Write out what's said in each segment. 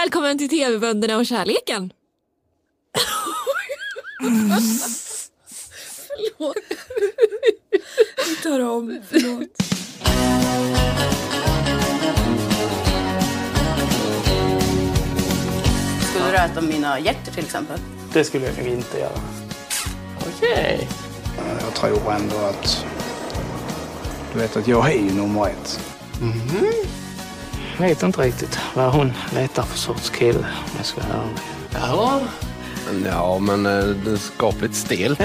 Välkommen till TV-bönderna och kärleken. Förlåt. Vi tar om, förlåt. Skulle du äta mina hjärtor till exempel? Det skulle jag nog inte göra. Okej. Jag tror ändå att... Du vet att jag är ju nummer ett. Jag vet inte riktigt vad hon letar för sorts kille, om jag ska höra. Ja, men det är skapligt stelt.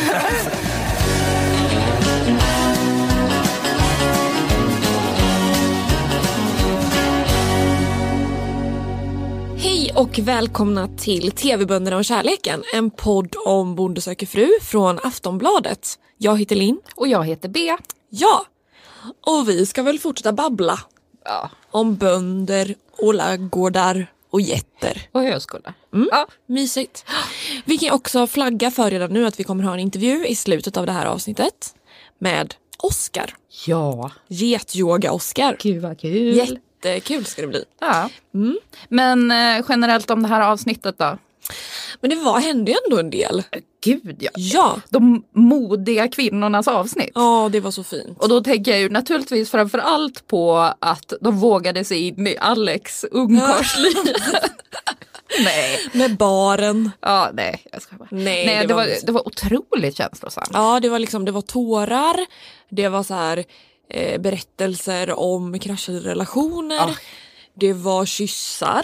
Hej och välkomna till TV-bönderna och kärleken. En podd om Bonde söker fru från Aftonbladet. Jag heter Linn. Och jag heter B. Ja, och vi ska väl fortsätta babbla. Ja. Om bönder och laggårdar och getter. Och högskola. Ja, mysigt. Vi kan också flagga för redan nu att vi kommer ha en intervju i slutet av det här avsnittet med Oscar. Ja. Getyoga-Oscar. Gud vad kul. Jättekul ska det bli. Ja. Men generellt om det här avsnittet då? Men det hände ju ändå en del. Gud ja. Ja. De modiga kvinnornas avsnitt. Ja, det var så fint. Och då tänker jag ju naturligtvis framförallt på att de vågade sig in i Alex ungkarlsliv. Nej. Med baren. Ja, nej. Jag ska bara. Nej, det var otroligt känslosamt. Ja, det var tårar. Det var så här berättelser om kraschade relationer. Ja. Det var kyssar.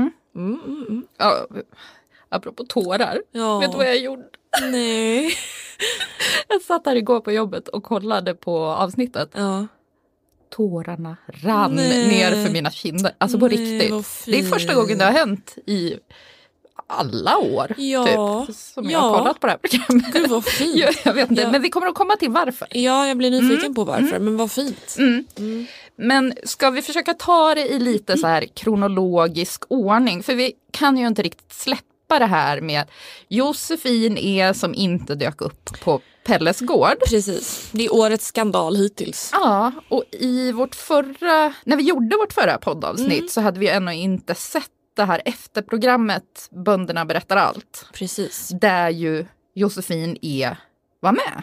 Ja, apropå tårar. Ja. Vet du vad jag gjorde? Nej. Jag satt här igår på jobbet och kollade på avsnittet. Ja. Tårarna rann Nej. ner för mina kinder. Alltså på Nej, riktigt. vad Det är första gången det har hänt i alla år. Ja. Typ, som jag har kollat på det här programmet. Gud vad fint. Jag vet inte, Ja. men vi kommer att komma till varför. Ja, jag blir nyfiken på varför. Men vad fint. Men ska vi försöka ta det i lite så här kronologisk ordning? För vi kan ju inte riktigt släppa det här med Josefin som inte dök upp på Pelles gård. Precis. Det är årets skandal hittills. Ja, och när vi gjorde vårt förra poddavsnitt så hade vi ännu inte sett det här efterprogrammet Bönderna berättar allt. Precis. Där ju Josefin var med.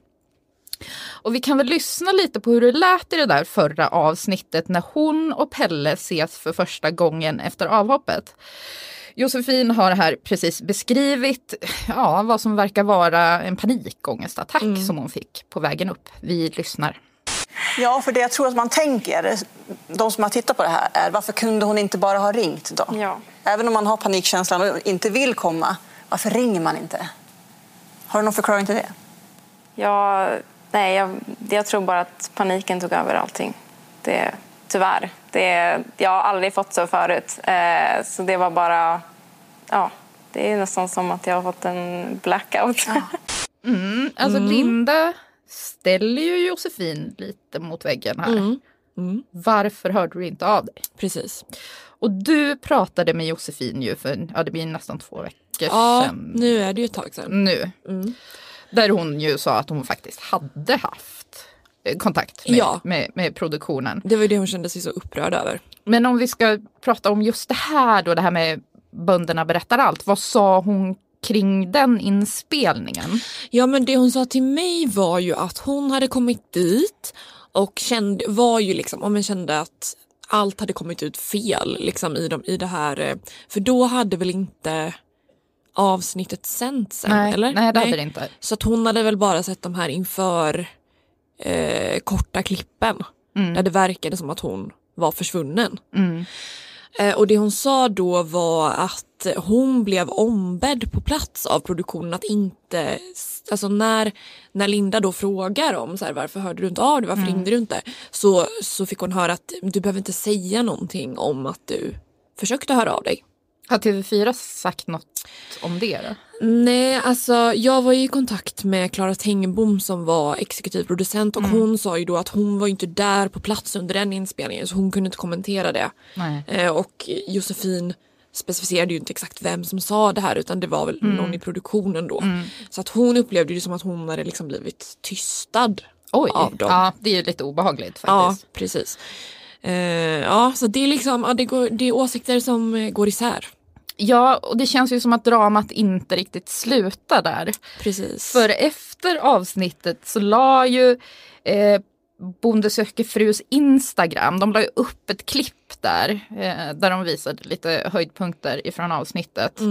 Och vi kan väl lyssna lite på hur det lät i det där förra avsnittet när hon och Pelle ses för första gången efter avhoppet. Josefin har här precis beskrivit vad som verkar vara en panikångestattack som hon fick på vägen upp. Vi lyssnar. Ja, för det jag tror att man tänker, de som har tittat på det här, är varför kunde hon inte bara ha ringt då? Ja. Även om man har panikkänslan och inte vill komma, varför ringer man inte? Har du någon förklaring till det? Ja, nej, jag tror bara att paniken tog över allting. Tyvärr. Jag har aldrig fått så förut. Så det var bara... Ja, det är nästan som att jag har fått en blackout. Ja. Alltså Linda ställer ju Josefin lite mot väggen här. Varför hörde du inte av dig? Precis. Och du pratade med Josefin ju för, det blir nästan 2 veckor sedan. Nu är det ju ett tag sedan. Nu. Där hon ju sa att hon faktiskt hade haft kontakt med produktionen. Det var ju det hon kände sig så upprörd över. Men om vi ska prata om just det här då, det här med Bönderna berättar allt. Vad sa hon kring den inspelningen? Ja, men det hon sa till mig var ju att hon hade kommit dit och kände att allt hade kommit ut fel liksom i det här. För då hade väl inte avsnittet sänts än, eller? Nej, det hade det inte. Så att hon hade väl bara sett de här inför korta klippen. Där det verkade som att hon var försvunnen. Och det hon sa då var att hon blev ombedd på plats av produktionen att inte, alltså när Linda då frågar om så här, varför hörde du inte av dig, varför ringde du inte, så fick hon höra att du behöver inte säga någonting om att du försökte höra av dig. Har TV4 sagt något om det då? Nej, alltså jag var i kontakt med Clara Tengbom som var exekutiv producent och hon sa ju då att hon var inte där på plats under den inspelningen så hon kunde inte kommentera det. Och Josefin specificerade ju inte exakt vem som sa det här utan det var väl någon i produktionen då. Så att hon upplevde det som att hon hade liksom blivit tystad av dem. Ja, det är ju lite obehagligt faktiskt. Ja, precis. Ja, så det är liksom, det är åsikter som går isär. Ja, och det känns ju som att dramat inte riktigt slutar där. Precis. För efter avsnittet så la ju Bonde söker frus Instagram, de la ju upp ett klipp där de visade lite höjdpunkter ifrån avsnittet.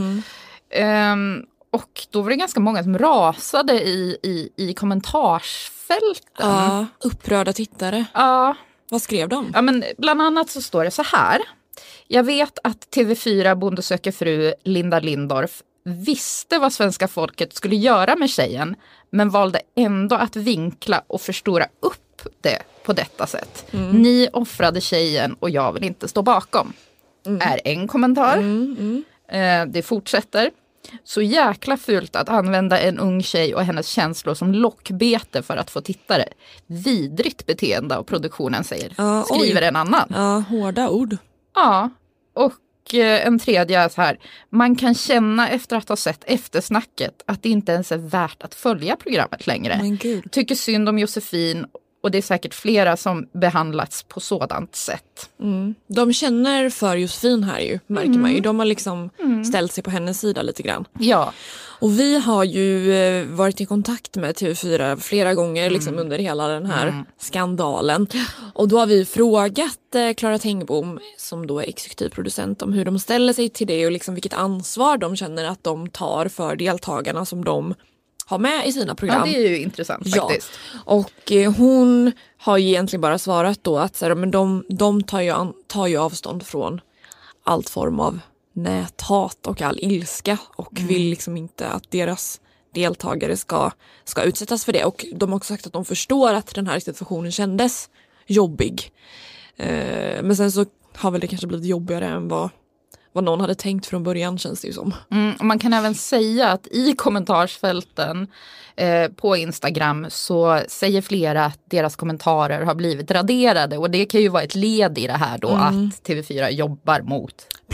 Och då var det ganska många som rasade i kommentarsfälten. Ja, upprörda tittare. Ja. Vad skrev de? Ja, men bland annat så står det så här. Jag vet att TV4 Bonde söker fru Linda Lindorff visste vad svenska folket skulle göra med tjejen, men valde ändå att vinkla och förstora upp det på detta sätt. Ni offrade tjejen och jag vill inte stå bakom. Är en kommentar. Det fortsätter. Så jäkla fult att använda en ung tjej och hennes känslor som lockbete för att få tittare. Vidrigt beteende av produktionen, skriver en annan. Ja, hårda ord. Ja, och en tredje är så här. Man kan känna efter att ha sett eftersnacket att det inte ens är värt att följa programmet längre. Men gud. Tycker synd om Josefin, och det är säkert flera som behandlats på sådant sätt. De känner för Josefin här ju, märker man ju. De har liksom ställt sig på hennes sida lite grann. Ja. Och vi har ju varit i kontakt med TV4 flera gånger liksom under hela den här skandalen. Och då har vi frågat Clara Tengbom, som då är exekutiv producent, om hur de ställer sig till det och liksom vilket ansvar de känner att de tar för deltagarna som de har med i sina program. Ja, det är ju intressant faktiskt. Ja. Och hon har ju egentligen bara svarat då att så här, men de tar ju avstånd från allt form av näthat och all ilska och vill liksom inte att deras deltagare ska utsättas för det. Och de har också sagt att de förstår att den här situationen kändes jobbig. Men sen så har väl det kanske blivit jobbigare än vad någon hade tänkt från början, känns det ju som. Och man kan även säga att i kommentarsfälten på Instagram så säger flera att deras kommentarer har blivit raderade. Och det kan ju vara ett led i det här då att TV4 jobbar mot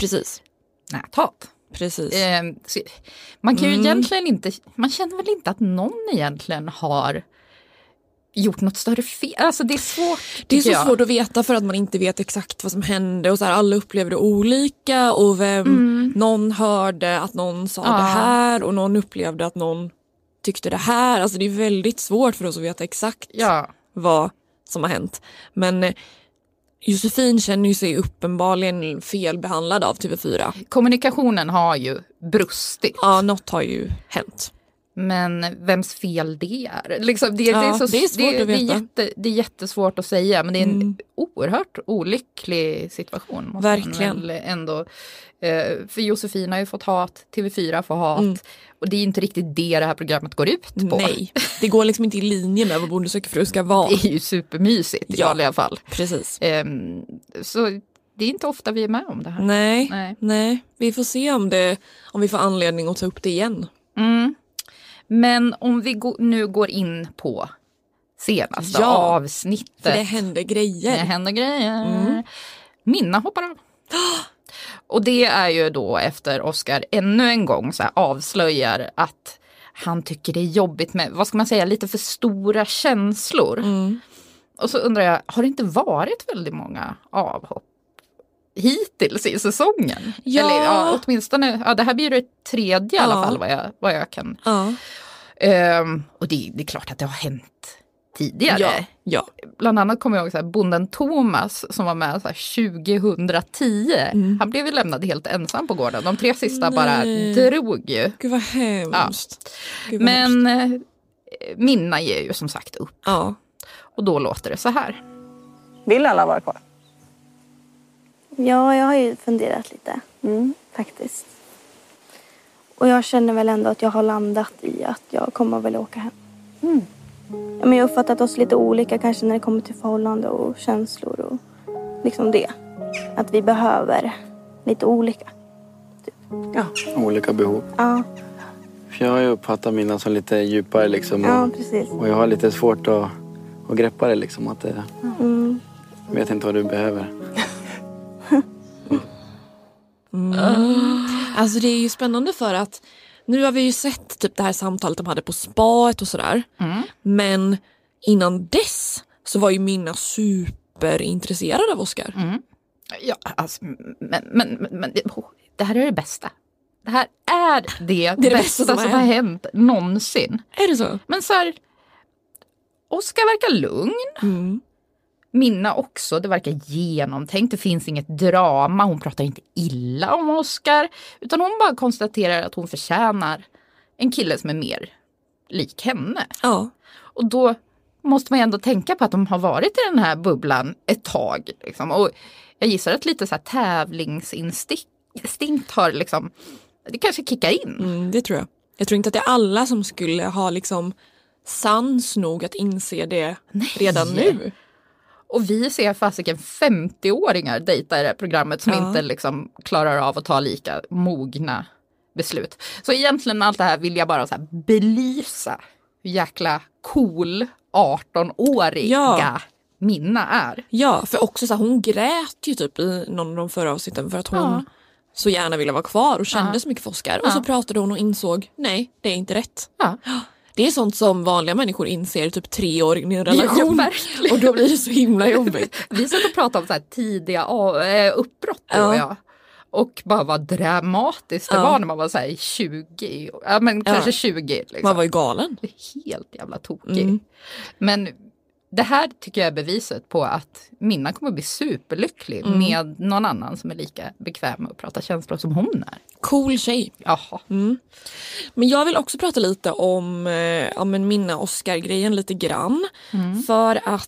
näthat. Precis. Man kan ju egentligen inte, man känner väl inte att någon egentligen har gjort något större fel. Alltså det är svårt. Det är så svårt att veta för att man inte vet exakt vad som hände och så här, alla upplever det olika och någon hörde att någon sa det här och någon upplevde att någon tyckte det här. Alltså det är väldigt svårt för oss att veta exakt vad som har hänt. Men Josefin känner ju sig uppenbarligen felbehandlad av TV4. Kommunikationen har ju brustit. Ja, något har ju hänt. Men vems fel det är? Liksom, det är svårt att veta. Det är jättesvårt att säga, men det är en oerhört olycklig situation. Måste verkligen. Man väl ändå, för Josefin har ju fått hat, TV4 får hat. Och det är inte riktigt det här programmet går ut på. Nej, det går liksom inte i linje med vad Bonde söker fru ska vara. Det är ju supermysigt i alla fall. Precis. Så det är inte ofta vi är med om det här. Nej. Vi får se om vi får anledning att ta upp det igen. Men om vi nu går in på senaste avsnittet. För det händer grejer. Minna hoppar av. Och det är ju då efter Oscar ännu en gång så här avslöjar att han tycker det är jobbigt med, vad ska man säga, lite för stora känslor. Och så undrar jag, har det inte varit väldigt många avhopp hittills i säsongen? Eller åtminstone, det här blir det tredje i alla fall vad jag kan. Och det är klart att det har hänt tidigare. Ja. Bland annat kommer jag ihåg så här, bonden Thomas som var med så här 2010. Han blev ju lämnad helt ensam på gården. De 3 sista bara drog ju. Gud vad hemskt. Men Minna ger ju som sagt upp. Och då låter det så här. Vill alla vara kvar? Ja, jag har ju funderat lite. Faktiskt. Och jag känner väl ändå att jag har landat i att jag kommer väl åka hem. Ja, men jag har uppfattat oss lite olika kanske när det kommer till förhållande och känslor och liksom det. Att vi behöver lite olika. Typ. Ja, olika behov. Ja. För jag har ju uppfattat mina som lite djupare liksom. Ja, precis. Och jag har lite svårt att greppa det liksom. Att det, jag vet inte vad du behöver. Alltså det är ju spännande för att nu har vi ju sett typ det här samtalet de hade på spaet och sådär. Men innan dess så var ju Minna superintresserad av Oscar. Ja, alltså, men det här är det bästa. Det här är det bästa som har hänt någonsin. Är det så? Men så här, Oscar verkar lugn. Minna också, det verkar genomtänkt. Det finns inget drama. Hon pratar inte illa om Oscar. Utan hon bara konstaterar att hon förtjänar en kille som är mer lik henne. Ja. Och då måste man ändå tänka på att de har varit i den här bubblan ett tag. Liksom. Och jag gissar att lite så här tävlingsinstinkt har liksom, det kanske kickar in. Det tror jag. Jag tror inte att det är alla som skulle ha liksom sans nog att inse det redan nu. Och vi ser fasiken 50-åringar dejta i det här programmet som inte liksom klarar av att ta lika mogna beslut. Så egentligen allt det här vill jag bara så här belysa hur jäkla cool 18-åriga Minna är. Ja, för också så här, hon grät ju typ i någon av de förra avsnitten för att hon så gärna ville vara kvar och kände så mycket för Oscar. Och så pratade hon och insåg, nej, det är inte rätt. Det är sånt som vanliga människor inser typ 3 år in i en relation. Ja, och då blir det så himla jobbigt. Vi satt och pratade om så här tidiga uppbrott och jag. Och bara vad dramatiskt det var när man var så här 20. Ja, men kanske 20. Liksom. Man var ju galen. Helt jävla tokig. Men det här tycker jag är beviset på att Minna kommer bli superlycklig med någon annan som är lika bekväm med att prata känslor som hon är. Cool tjej. Jaha. Men jag vill också prata lite om Minna-Oscar-grejen lite grann. För att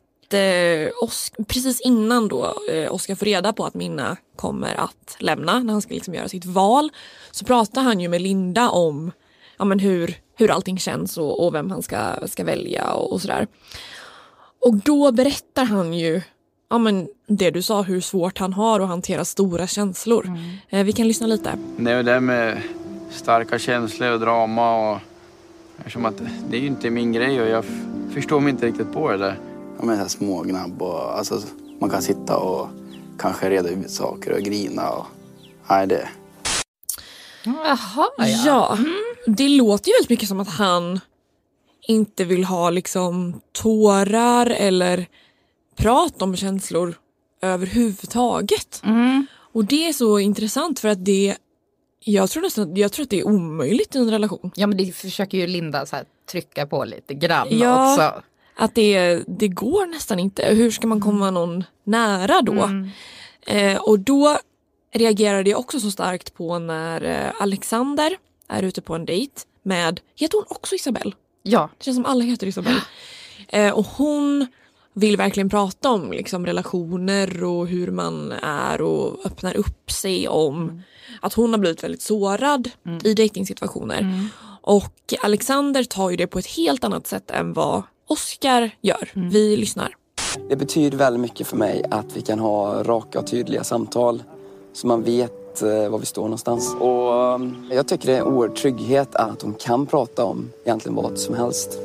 precis innan då Oscar får reda på att Minna kommer att lämna när han ska liksom göra sitt val, så pratar han ju med Linda om hur allting känns och vem han ska välja och sådär. Och då berättar han ju det du sa, hur svårt han har att hantera stora känslor. Vi kan lyssna lite. Det är det med starka känslor och drama och eftersom att det är ju inte min grej och jag förstår mig inte riktigt på det där. Ja, men här smågnabb och alltså, man kan sitta och kanske reda ut saker och grina och nej det. Jaha, ja. Det låter ju väldigt mycket som att han inte vill ha liksom tårar eller prata om känslor överhuvudtaget. Och det är så intressant för att jag tror att det är omöjligt i en relation. Ja, men det försöker ju Linda så här trycka på lite grann också. Att det går nästan inte. Hur ska man komma någon nära då? Och då reagerade jag också så starkt på när Alexander är ute på en dejt med, heter hon också Isabelle? Ja. Det känns som alla heter Isabelle. Och hon vill verkligen prata om liksom relationer och hur man är och öppnar upp sig om att hon har blivit väldigt sårad i dejtingsituationer. Och Alexander tar ju det på ett helt annat sätt än vad Oscar gör. Vi lyssnar. Det betyder väldigt mycket för mig att vi kan ha raka och tydliga samtal så man vet var vi står någonstans. Och jag tycker det är en oerhörd trygghet att de kan prata om egentligen vad som helst.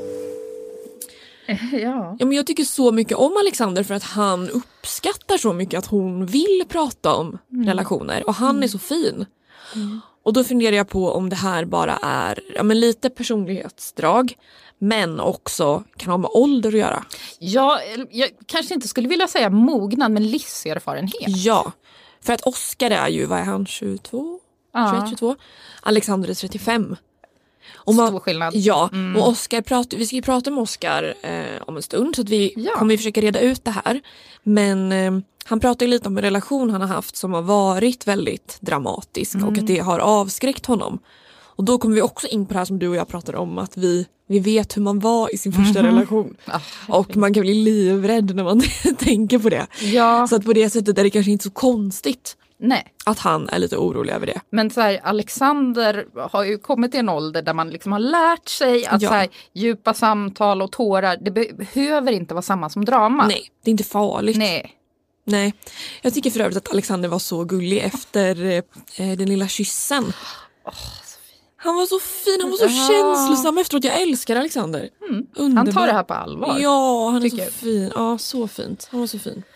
Ja, men jag tycker så mycket om Alexander för att han uppskattar så mycket att hon vill prata om relationer. Och han är så fin. Och då funderar jag på om det här bara är lite personlighetsdrag, men också kan ha med ålder att göra. Ja, jag kanske inte skulle vilja säga mognad, men livserfarenhet. Ja, för att Oscar är ju, vad är han, 22? 21-22? Alexander är 35. Stor skillnad. Ja, och Oscar vi ska ju prata med Oscar om en stund, så att vi kommer försöka reda ut det här. Men han pratar ju lite om en relation han har haft som har varit väldigt dramatisk och att det har avskräckt honom. Och då kommer vi också in på det här som du och jag pratade om, att vi vet hur man var i sin första relation. Och man kan bli livrädd när man tänker på det. Ja. Så att på det sättet är det kanske inte så konstigt. Nej. Att han är lite orolig över det. Men så här, Alexander har ju kommit till en ålder där man liksom har lärt sig att så här, djupa samtal och tårar, det behöver inte vara samma som drama. Nej, det är inte farligt. Nej. Jag tycker för övrigt att Alexander var så gullig efter den lilla kyssen. Så fin. Han var så fin, han var så känslosam efteråt. Jag älskar Alexander. Han tar det här på allvar. Ja, han är så fin. Ja, så fint. Han var så fin.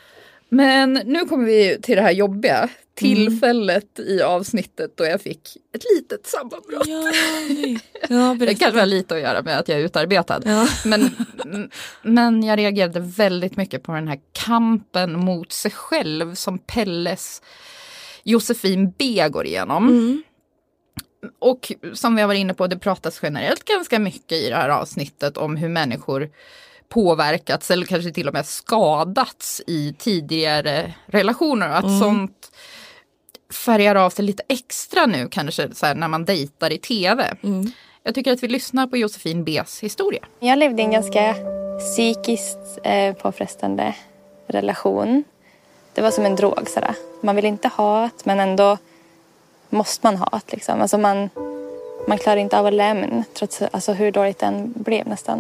Men nu kommer vi till det här jobbiga tillfället i avsnittet då jag fick ett litet sammanbrott. Det kanske har lite att göra med att jag är utarbetad. Ja. Men jag reagerade väldigt mycket på den här kampen mot sig själv som Pelles Josefin B går igenom. Och som vi har varit inne på, det pratas generellt ganska mycket i det här avsnittet om hur människor påverkats eller kanske till och med skadats i tidigare relationer. Att sånt färgar av sig lite extra nu kanske så här, när man dejtar i tv. Jag tycker att vi lyssnar på Josefin B's historia. Jag levde i en ganska psykiskt påfrestande relation. Det var som en drog. Sådär. Man vill inte ha det, men ändå måste man ha det. Liksom. Alltså man klarar inte av att lämna trots alltså, hur dåligt den blev nästan.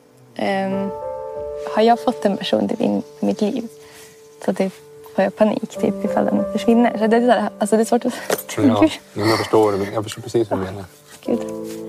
Har jag fått en person typ in i mitt liv så typ får jag panik typ ifall den försvinner. Så det är sådär, alltså det är svårt att... Ja, jag förstår precis vad du menar. Gud.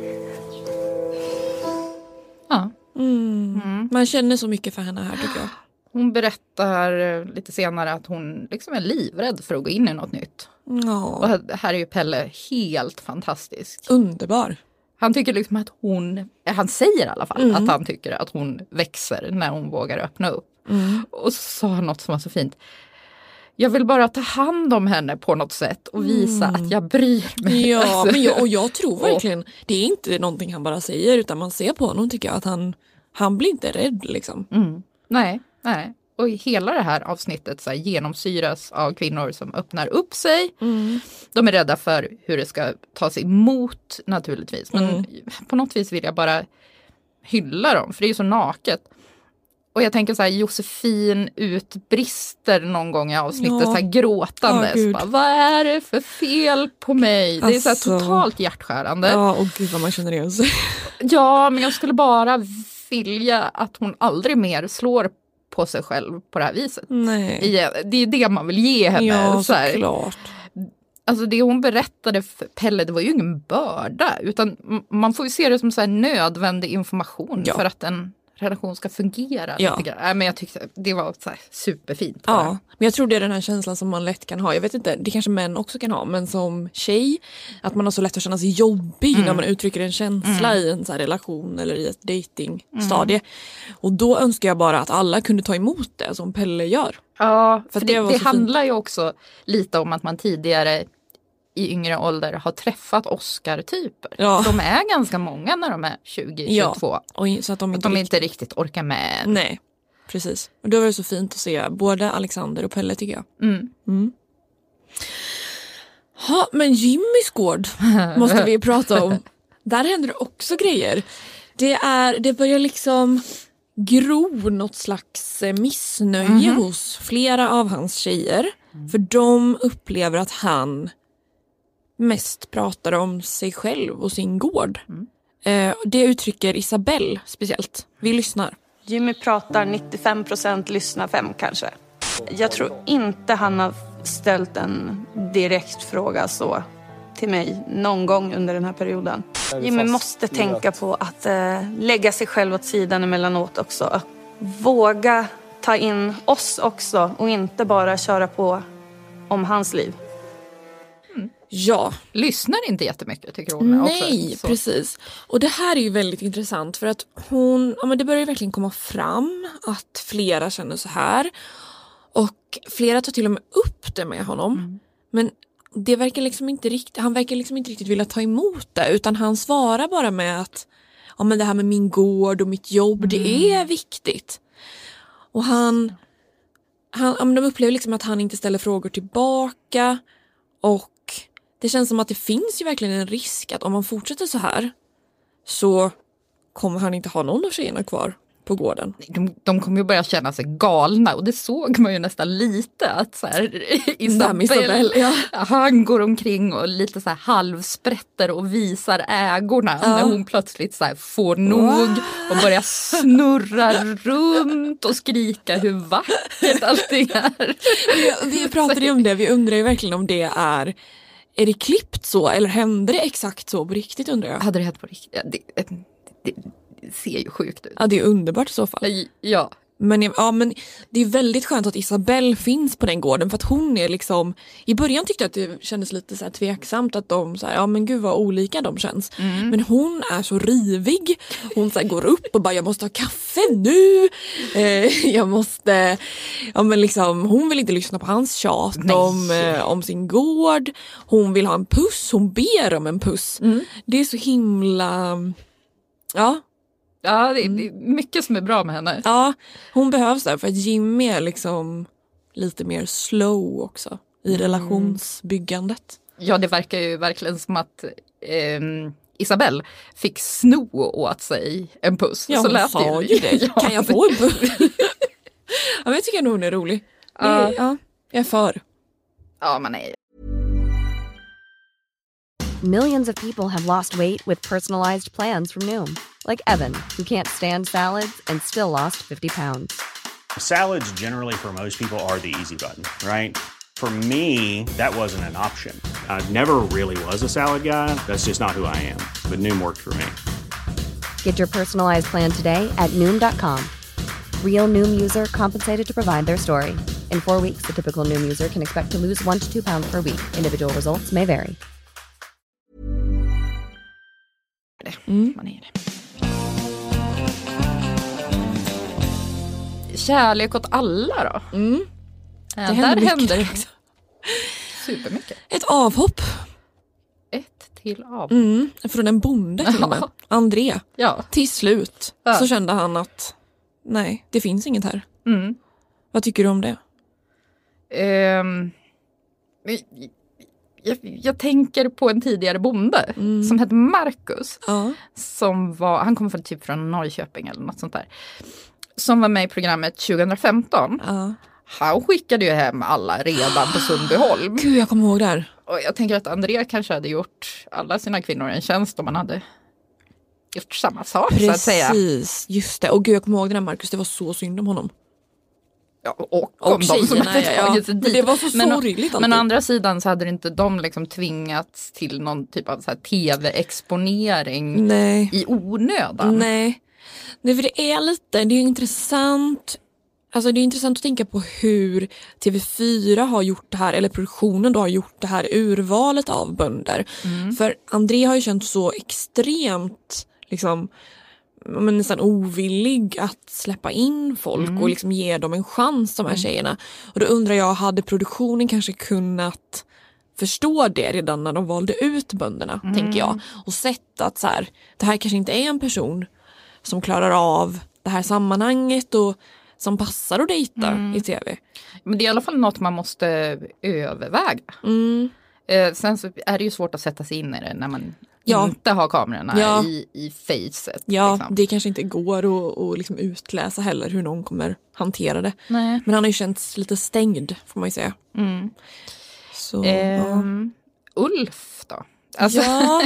Ja. Man känner så mycket för henne här tycker jag. Hon berättar lite senare att hon liksom är livrädd för att gå in i något nytt. Ja. Och här är ju Pelle helt fantastisk. Underbar. Han tycker liksom att han säger i alla fall att han tycker att hon växer när hon vågar öppna upp. Och så sa han något som var så fint. Jag vill bara ta hand om henne på något sätt och visa att jag bryr mig. Ja, men jag tror verkligen, det är inte någonting han bara säger utan man ser på honom tycker jag att han blir inte rädd liksom. Nej. Och hela det här avsnittet så här, genomsyras av kvinnor som öppnar upp sig. De är rädda för hur det ska tas emot naturligtvis. Men på något vis vill jag bara hylla dem. För det är ju så naket. Och jag tänker så här, Josefin utbrister någon gång i avsnittet så här gråtandes. Bara, vad är det för fel på mig? Det är så här totalt hjärtskärande. Ja, och gud vad man känner igen sig. Ja, men jag skulle bara vilja att hon aldrig mer slår på sig själv på det här viset. Nej. Det är det man vill ge henne. Ja, så här. såklart. Alltså det hon berättade för Pelle, det var ju ingen börda. Utan man får ju se det som så här nödvändig information för att en relation ska fungera. Men jag tyckte det var så här superfint. Ja, men jag tror det är den här känslan som man lätt kan ha. Jag vet inte, det kanske män också kan ha. Men som tjej, att man har så lätt att känna sig jobbig när man uttrycker en känsla i en så här relation eller i ett datingstadie. Och då önskar jag bara att alla kunde ta emot det som Pelle gör. Ja, för det handlar ju också lite om att man tidigare i yngre ålder har träffat Oscar-typer. Ja. De är ganska många när de är 20-22. Ja, och så att de inte riktigt orkar med. Nej, precis. Och då var det så fint att se både Alexander och Pelle tycker jag. Ja, men Jimmys gård måste vi prata om. Där händer det också grejer. Det börjar liksom gro något slags missnöje hos flera av hans tjejer. För de upplever att han mest pratar om sig själv och sin gård. Det uttrycker Isabelle speciellt. Vi lyssnar. Jimmy pratar 95%, lyssnar 5% kanske. Jag tror inte han har ställt en direkt fråga så till mig någon gång under den här perioden. Jimmy måste tänka på att lägga sig själv åt sidan emellanåt också. Våga ta in oss också och inte bara köra på om hans liv. Ja. Lyssnar inte jättemycket tycker hon. Nej, också, precis. Och det här är ju väldigt intressant för att det börjar ju verkligen komma fram att flera känner så här. Och flera tar till och med upp det med honom. Men det verkar liksom inte riktigt, han verkar liksom inte riktigt vilja ta emot det. Utan han svarar bara med att men det här med min gård och mitt jobb, det är viktigt. Och de upplever liksom att han inte ställer frågor tillbaka. Och det känns som att det finns ju verkligen en risk att om man fortsätter så här så kommer han inte ha någon av tjejerna kvar på gården. De kommer ju börja känna sig galna och det såg man ju nästan lite att så här, Isabelle, han går omkring och lite så här halvsprätter och visar ägorna när hon plötsligt så här får nog och börjar snurra runt och skrika hur vackert allting är. Vi pratade ju om det, vi undrar ju verkligen om det är det klippt så eller händer det exakt så på riktigt undrar jag? Hade det hänt på riktigt? Det ser ju sjukt ut. Ja, det är underbart i så fall. Ja, Men det är väldigt skönt att Isabelle finns på den gården, för att hon är liksom, i början tyckte jag att det kändes lite så här tveksamt att de så här, ja men gud vad olika de känns. Men hon är så rivig. Hon så här går upp och bara, jag måste ha kaffe nu. Jag måste, ja men liksom, hon vill inte lyssna på hans tjat om sin gård. Hon vill ha en puss, hon ber om en puss. Det är så himla, Ja, det är mycket som är bra med henne. Ja, hon behövs där för att Jimmy är liksom lite mer slow också i relationsbyggandet. Ja, det verkar ju verkligen som att Isabelle fick sno åt sig en puss. Ja, så hon sa ju det. Ja, kan jag få en puss? Ja, men jag tycker nog hon är rolig. Ja, jag är för. Ja, man är. Millions of people have lost weight with personalized plans from Noom. Like Evan, who can't stand salads and still lost 50 pounds. Salads generally for most people are the easy button, right? For me, that wasn't an option. I never really was a salad guy. That's just not who I am. But Noom worked for me. Get your personalized plan today at Noom.com. Real Noom user compensated to provide their story. In 4 weeks, the typical Noom user can expect to lose 1 to 2 pounds per week. Individual results may vary. Man är det. Kärlek åt alla då? Det händer också. Supermycket. Ett avhopp. Ett till avhopp. Från en bonde till och med. André. Ja. Till slut så kände han att nej, det finns inget här. Vad tycker du om det? Jag tänker på en tidigare bonde som hette Marcus. Som var, han kom typ från Norrköping eller något sånt där. Som var med i programmet 2015. Han skickade ju hem alla redan på Sundbyholm. Gud, jag kommer ihåg det här. Och jag tänker att André kanske hade gjort alla sina kvinnor en tjänst om man hade gjort samma sak. Precis, så att säga. Just det. Och gud, jag kommer ihåg den här Marcus, det var så synd om honom. Ja, och om de som hade tagit sig dit. Det var så sorgligt alltid. Men å andra sidan så hade inte de liksom tvingats till någon typ av så här tv-exponering i onödan. Nej, för det är lite, det är intressant. Alltså det är intressant att tänka på hur TV4 har gjort det här, eller produktionen då har gjort det här urvalet av bönder. För André har ju känt så extremt liksom, men nästan ovillig att släppa in folk och liksom ge dem en chans, de här tjejerna. Och då undrar jag, hade produktionen kanske kunnat förstå det redan när de valde ut bönderna, tänker jag. Och sett att så här, det här kanske inte är en person som klarar av det här sammanhanget och som passar att dejta i tv. Men det är i alla fall något man måste överväga. Sen så är det ju svårt att sätta sig in i det när man inte har kamerorna i facet. Ja, liksom. Det kanske inte går att liksom utläsa heller hur någon kommer hantera det. Nej. Men han har ju känts lite stängd, får man ju säga. Så, Ulf då? Alltså,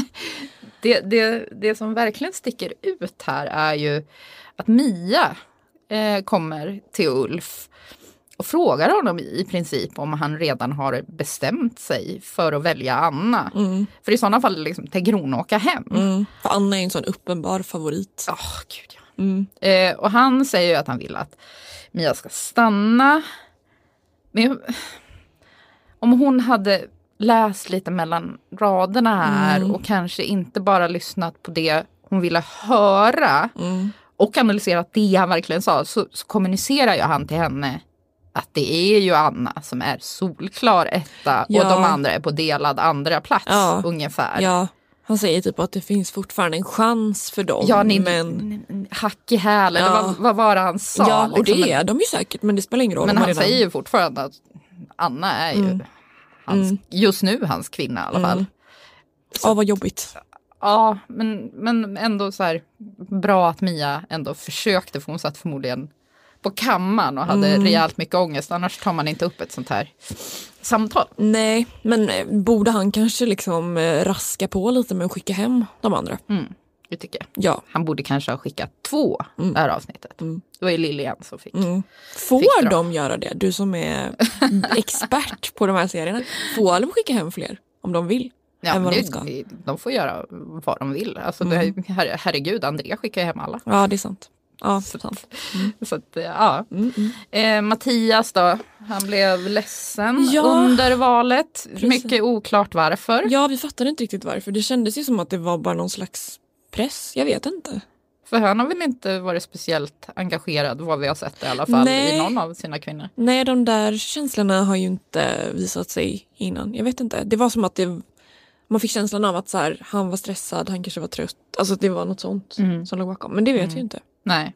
det som verkligen sticker ut här är ju att Mia kommer till Ulf och frågar honom i princip om han redan har bestämt sig för att välja Anna. För i sådana fall liksom, tänker hon åka hem. För Anna är en sån uppenbar favorit. Gud, ja. Och han säger ju att han vill att Mia ska stanna. Men om hon hade läst lite mellan raderna här och kanske inte bara lyssnat på det hon ville höra och analyserat det han verkligen sa, så kommunicerar ju han till henne att det är ju Anna som är solklar etta och de andra är på delad andra plats ungefär. Ja, han säger typ att det finns fortfarande en chans för dem. Ja, men hack i häl, eller vad var det han sa? Ja, och liksom, det är de ju säkert, men det spelar ingen roll. Men han säger ju fortfarande att Anna är ju just nu hans kvinna i alla fall. Ja, vad jobbigt. Ja, men ändå så här bra att Mia ändå försökte, för hon satt förmodligen på kammaren och hade rejält mycket ångest. Annars tar man inte upp ett sånt här samtal. Nej, men borde han kanske liksom raska på lite med att skicka hem de andra? Det tycker jag. Ja. Han borde kanske ha skickat 2 det här avsnittet. Det var ju Lilian som fick. Får de göra det? Du som är expert på de här serierna. Får de skicka hem fler om de vill? Ja, de får göra vad de vill. Alltså, herregud, Andrea skickar hem alla. Ja, det är sant. Ja, sant. Så att, ja. Mattias då, han blev ledsen under valet. Precis. Mycket oklart varför. Ja, vi fattade inte riktigt varför. Det kändes ju som att det var bara någon slags press. Jag vet inte. För han har väl inte varit speciellt engagerad, vad vi har sett i alla fall, i någon av sina kvinnor. Nej, de där känslorna har ju inte visat sig innan. Jag vet inte. Det var som att man fick känslan av att så här, han var stressad, han kanske var trött. Alltså det var något sånt som låg bakom. Men det vet vi inte. Nej.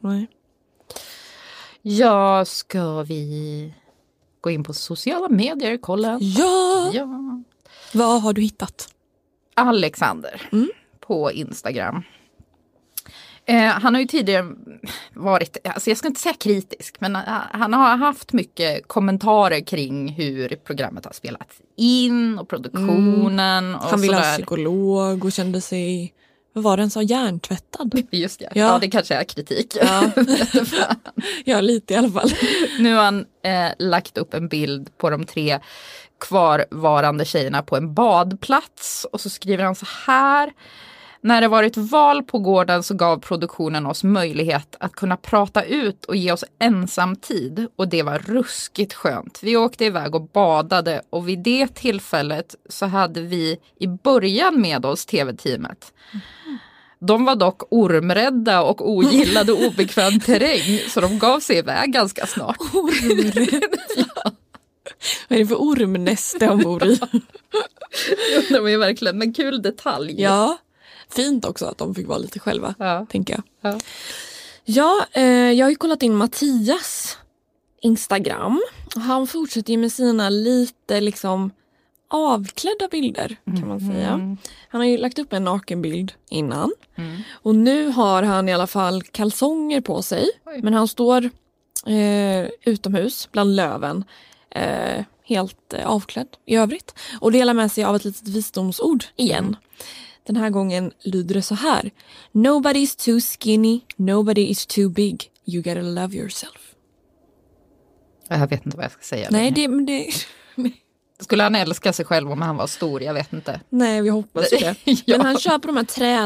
Ja, ska vi gå in på sociala medier, kolla? Ja! Vad har du hittat? Alexander på Instagram. Han har ju tidigare varit, alltså jag ska inte säga kritisk, men han har haft mycket kommentarer kring hur programmet har spelats in och produktionen. Och han ville ha psykolog och kände sig, vad var det han sa, hjärntvättad? Just det, ja det kanske är kritik. Ja, lite i alla fall. Nu har han lagt upp en bild på de 3 kvarvarande tjejerna på en badplats och så skriver han så här: när det varit val på gården så gav produktionen oss möjlighet att kunna prata ut och ge oss ensam tid. Och det var ruskigt skönt. Vi åkte iväg och badade och vid det tillfället så hade vi i början med oss tv-teamet. De var dock ormrädda och ogillade obekväm terräng så de gav sig iväg ganska snart. Ja. Vad är det för ormnäste de bor i? Det var ju verkligen en kul detalj. Ja. Fint också att de fick vara lite själva, tänker jag. Jag har ju kollat in Mattias Instagram. Han fortsätter ju med sina lite liksom avklädda bilder, kan man säga. Han har ju lagt upp en nakenbild innan. Och nu har han i alla fall kalsonger på sig. Men han står utomhus bland löven. Helt avklädd i övrigt. Och delar med sig av ett litet visdomsord igen. Den här gången lyder det så här: nobody is too skinny, nobody is too big. You gotta love yourself. Jag vet inte vad jag ska säga. Nej, det... Skulle han älska sig själv om han var stor? Jag vet inte. Nej, vi hoppas ju det. Men han kör på de här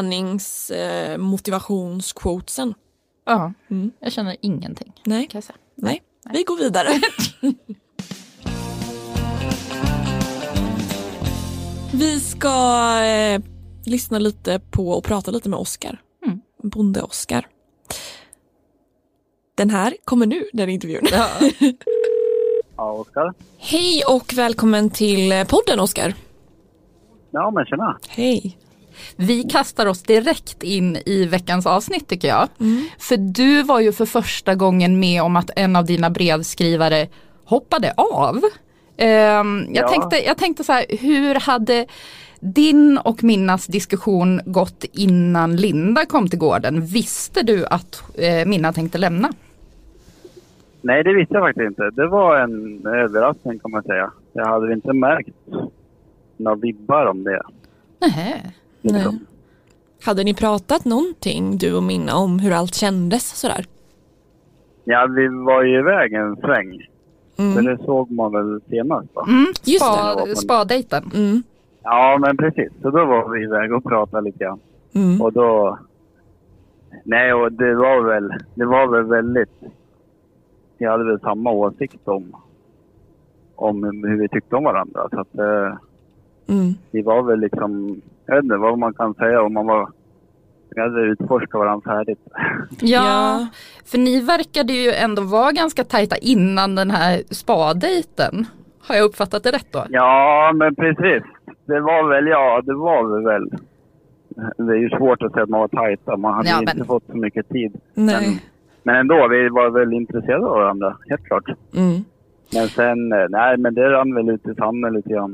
träningsmotivationsquotesen. Ja, jag känner ingenting. Nej. Kan jag säga. Nej, vi går vidare. Vi ska lyssna lite på och prata lite med Oskar. Bonde Oskar. Den här kommer nu, den intervjun. Ja, Oskar. Hej och välkommen till podden, Oskar. Ja, men tjena. Hej. Vi kastar oss direkt in i veckans avsnitt tycker jag. För du var ju för första gången med om att en av dina brevskrivare hoppade av. Jag tänkte så här, hur hade din och Minnas diskussion gått innan Linda kom till gården? Visste du att Minna tänkte lämna? Nej, det visste jag faktiskt inte. Det var en överraskning kan man säga. Jag hade inte märkt några vibbar om det. Nej. Hade ni pratat någonting, du och Minna, om hur allt kändes sådär? Ja, vi var ju iväg en sväng. Så det såg man väl senast då. Just Spa-dejten. Ja, men precis. Så då var vi iväg och pratade lite grann. Och då... Nej, och det var väl väldigt... Jag hade väl samma åsikt om hur vi tyckte om varandra. Så att vi var väl liksom... Jag vet inte vad man kan säga om man var... Vi hade utforskat varandra färdigt. Ja, för ni verkade ju ändå vara ganska tajta innan den här spa-dejten. Har jag uppfattat det rätt då? Ja, men precis. Det var väl. Det är ju svårt att säga att man var tajta. Man hade inte fått så mycket tid. Men ändå, vi var väl intresserade av varandra, helt klart. Men sen, men det rann väl ut i sanden lite grann.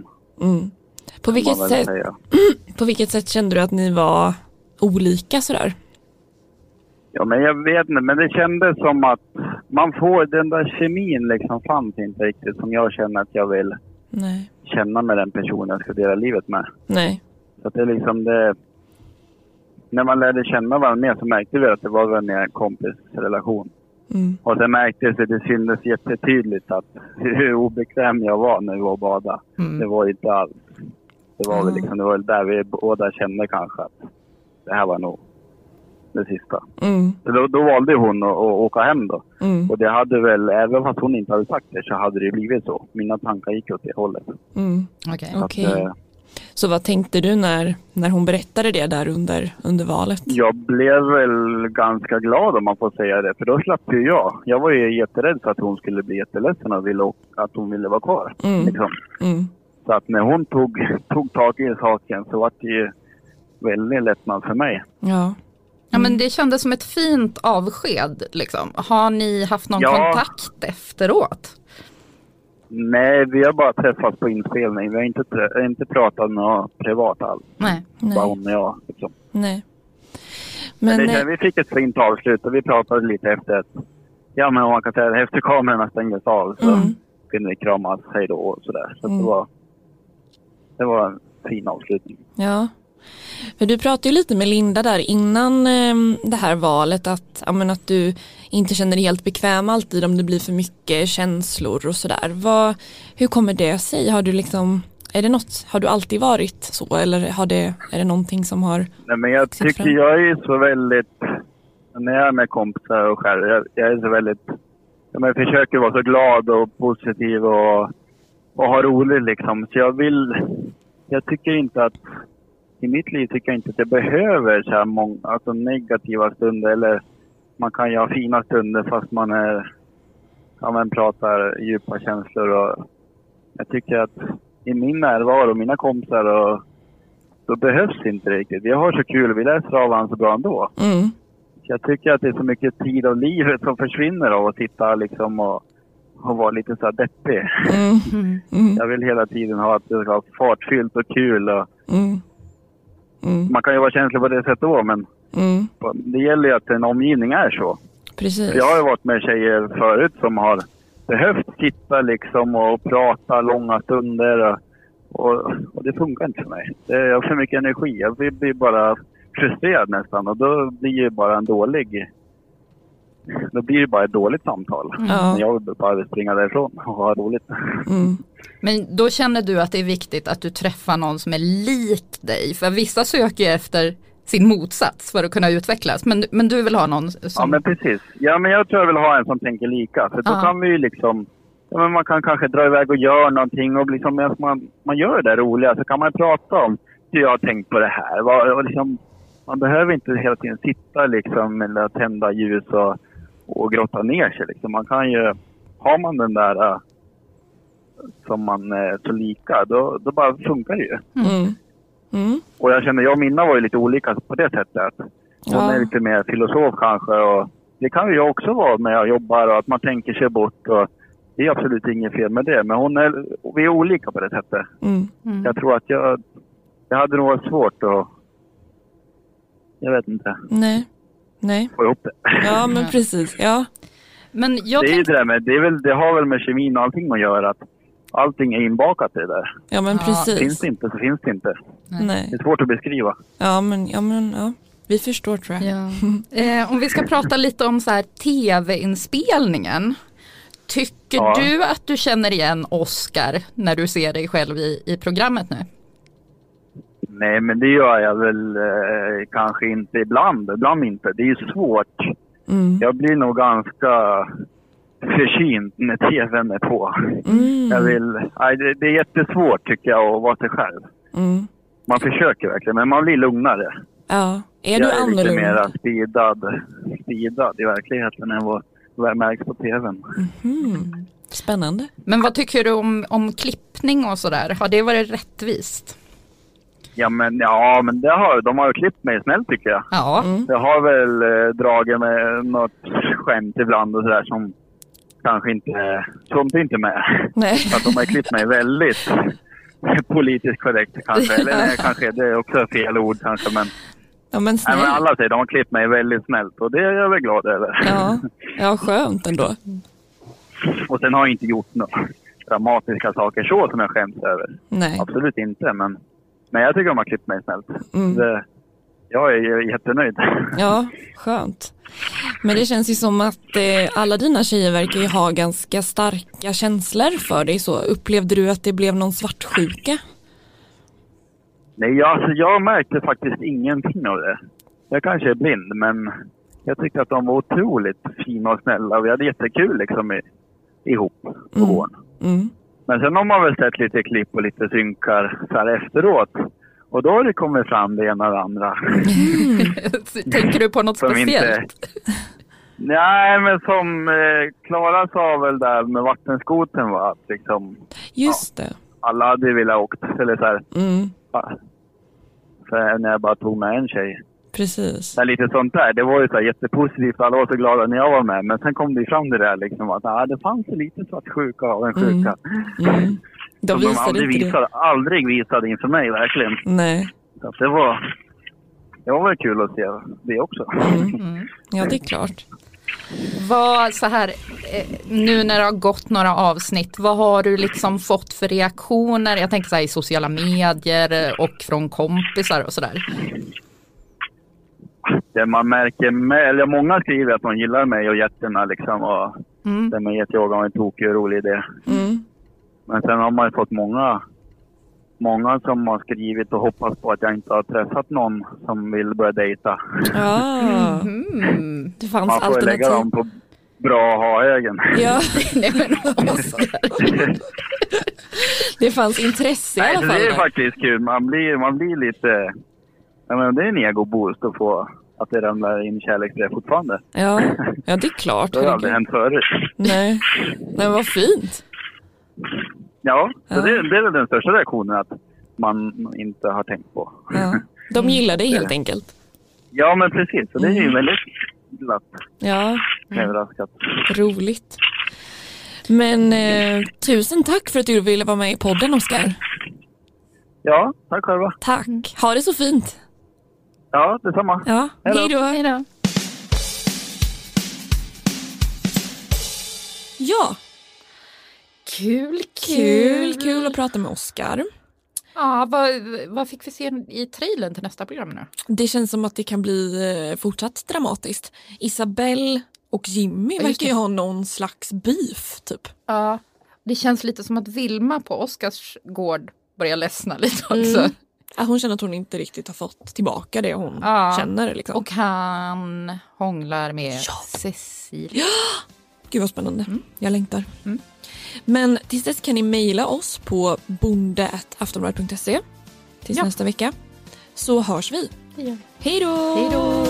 På vilket sätt kände du att ni var olika sådär? Ja, men jag vet inte, men det kändes som att man får den där kemin liksom fanns inte riktigt som jag känner att jag vill känna med den personen jag ska dela livet med. Nej. Så att det är liksom det, när man lärde känna varandra mer så märkte vi att det var en mer kompisrelation. Och sen märktes det syntes jättetydligt att hur obekväm jag var när vi var och bada. Det var inte alls. Det var väl liksom, det var där vi båda kände kanske att det här var nog det sista. Då valde hon att åka hem då. Och det hade väl, även fast hon inte hade sagt det, så hade det blivit så. Mina tankar gick åt det hållet. Okej. Så vad tänkte du när hon berättade det där under valet? Jag blev väl ganska glad om man får säga det. För då slapp ju jag. Jag var ju jätterädd för att hon skulle bli jätteledsen och att hon ville vara kvar. Liksom. Så att när hon tog tag i saken så var det ju väldigt lättnad för mig. Ja, men det kändes som ett fint avsked liksom. Har ni haft någon kontakt efteråt? Nej, vi har bara träffats på inspelning. Vi har inte pratat något privat alls. Nej. Bara hon och jag. Liksom. Nej. Men vi fick ett fint avslut och vi pratade lite efter men man kan säga efter kamerorna stängdes av så kunde vi kramas hej då och sådär. Så det var en fin avslutning. Ja. För du pratade ju lite med Linda där innan det här valet att du inte känner dig helt bekväm alltid om det blir för mycket känslor och sådär. Hur kommer det sig? Har du alltid varit så eller är det någonting som har... Nej, men jag tycker jag är så väldigt, när jag är med kompisar och själv, jag är så väldigt, jag försöker vara så glad och positiv och ha roligt liksom. Så jag tycker inte att i mitt liv tycker jag inte att jag behöver så här många negativa stunder, eller man kan ju ha fina stunder fast man pratar djupa känslor. Och jag tycker att i min närvaro, mina kompisar, och då behövs inte riktigt. Vi har så kul, vi läser av varandra så bra ändå. Så jag tycker att det är så mycket tid av livet som försvinner av att sitta liksom och vara lite så här deppig. Jag vill hela tiden ha att det ska vara fartfyllt och kul och man kan ju vara känslig på det sättet då, men det gäller ju att en omgivning är så. Precis. Jag har ju varit med tjejer förut som har behövt sitta liksom och prata långa stunder och det funkar inte för mig. Jag har för mycket energi. Jag blir bara frustrerad nästan och då blir ju bara ett dåligt samtal. Jag vill bara springa därifrån och ha roligt. Men då känner du att det är viktigt att du träffar någon som är lik dig? För vissa söker ju efter sin motsats för att kunna utvecklas. Men du vill ha någon som... Ja, men precis. Ja, men jag tror jag vill ha en som tänker lika. För då kan vi ju liksom... Ja, men man kan kanske dra iväg och göra någonting. Och liksom, man gör det roliga så kan man prata om hur jag har tänkt på det här. Och liksom, man behöver inte hela tiden sitta liksom, eller tända ljus och grotta ner sig. Liksom. Man kan ju... Har man den där... som man är så lika, då bara funkar det ju. Och jag känner, jag och Minna var ju lite olika på det sättet. Hon är lite mer filosof kanske och det kan ju jag också vara när jag jobbar och att man tänker sig bort och det är absolut inget fel med det. Men vi är olika på det sättet. Jag tror att jag hade nog varit svårt och jag vet inte. Nej. Få ihop det. Ja, men precis. Ja. Men det är ju det där med, det har väl med kemin och allting att göra att allting är inbakat i det där. Ja, men precis. Finns det inte så finns det inte. Nej. Det är svårt att beskriva. Ja, vi förstår tror jag. Ja. Om vi ska prata lite om så här tv-inspelningen. Tycker du att du känner igen Oscar när du ser dig själv i programmet nu? Nej, men det gör jag väl kanske inte ibland inte. Det är ju svårt. Jag blir nog ganska förkyld när tvn är på. Det är jättesvårt tycker jag att vara sig själv. Man försöker verkligen, men man blir lugnare. Ja, är du annorlunda? Jag är lite mer speedad i verkligheten än vad märks på tvn. Spännande. Men vad tycker du om klippning och sådär? Har det varit rättvist? Ja, men de har ju klippt mig snällt tycker jag. Ja. Jag har väl dragit med något skämt ibland och sådär som kanske inte med. Nej. Att de har klippt mig väldigt politiskt korrekt kanske. Eller kanske det är också fel ord kanske, men... Ja, men snällt. Nej, men alla säger de har klippt mig väldigt snällt och det är jag väl glad över. Ja, skönt ändå. Och sen har jag inte gjort några dramatiska saker så som jag skäms över. Nej. Absolut inte, men jag tycker de har klippt mig snällt. Jag är jättenöjd. Ja, skönt. Men det känns ju som att alla dina tjejer verkar ju ha ganska starka känslor för dig. Så upplevde du att det blev någon svartsjuka? Nej, jag märkte faktiskt ingenting av det. jag kanske är blind, men jag tyckte att de var otroligt fina och snälla. Vi hade jättekul liksom ihop på gården. Men sen har man väl sett lite klipp och lite synkar så här efteråt. Och då har det kommit fram det ena och det andra. Tänker du på något speciellt? Nej, men som Klara sa väl där med vattenskoten var att liksom... Just det. Alla hade velat åkt, eller så här. För när jag bara tog med en tjej. Precis. Det lite sånt där. Det var ju så här jättepositivt. Alla var så glada när jag var med. Men sen kom det fram det där liksom att det fanns lite svartsjuka av en sjuka. De aldrig visade inför mig, verkligen. Nej. Så det var väl kul att se det också. Ja, det är klart. Vad så här, nu när det har gått några avsnitt, vad har du liksom fått för reaktioner? Jag tänker så här i sociala medier och från kompisar och sådär. Det man märker eller många skriver att de gillar mig och jätterna liksom, och det med jätteyoga var en tokig och rolig idé. Men sen har man ju fått många som har skrivit och hoppas på att jag inte har träffat någon som vill börja dejta. Det fanns man får alternativ. Lägga dem på bra ha-ögen. Ja, det fanns intresse i alla fall. Det är faktiskt kul. Man blir lite... det är en ego-boost att få att det ramlar in kärleksbrev fortfarande. Ja, det är klart. Det har aldrig hänt förut. Nej, men vad fint. Ja, så det är väl den största reaktionen att man inte har tänkt på. Ja. De gillar det helt enkelt. Ja, men precis. Så det är ju väldigt glatt. Ja. Överraskat. Roligt. Men tusen tack för att du ville vara med i podden, Oskar. Ja, tack själva. Tack. Ha det så fint. Ja, detsamma. Ja, hej då. Ja. Kul att prata med Oskar. Ja, vad fick vi se i trailern till nästa program nu? Det känns som att det kan bli fortsatt dramatiskt. Isabelle och Jimmy verkar ju ha någon slags beef typ. Ja, det känns lite som att Vilma på Oskars gård börjar ledsna lite också. Hon känner att hon inte riktigt har fått tillbaka det hon känner. Liksom. Och han hånglar med Cecilia. Ja! Gud vad spännande. Jag längtar. Men tills dess kan ni mejla oss på bonde@aftonbladet.se tills nästa vecka. Så hörs vi. Ja. Hej då!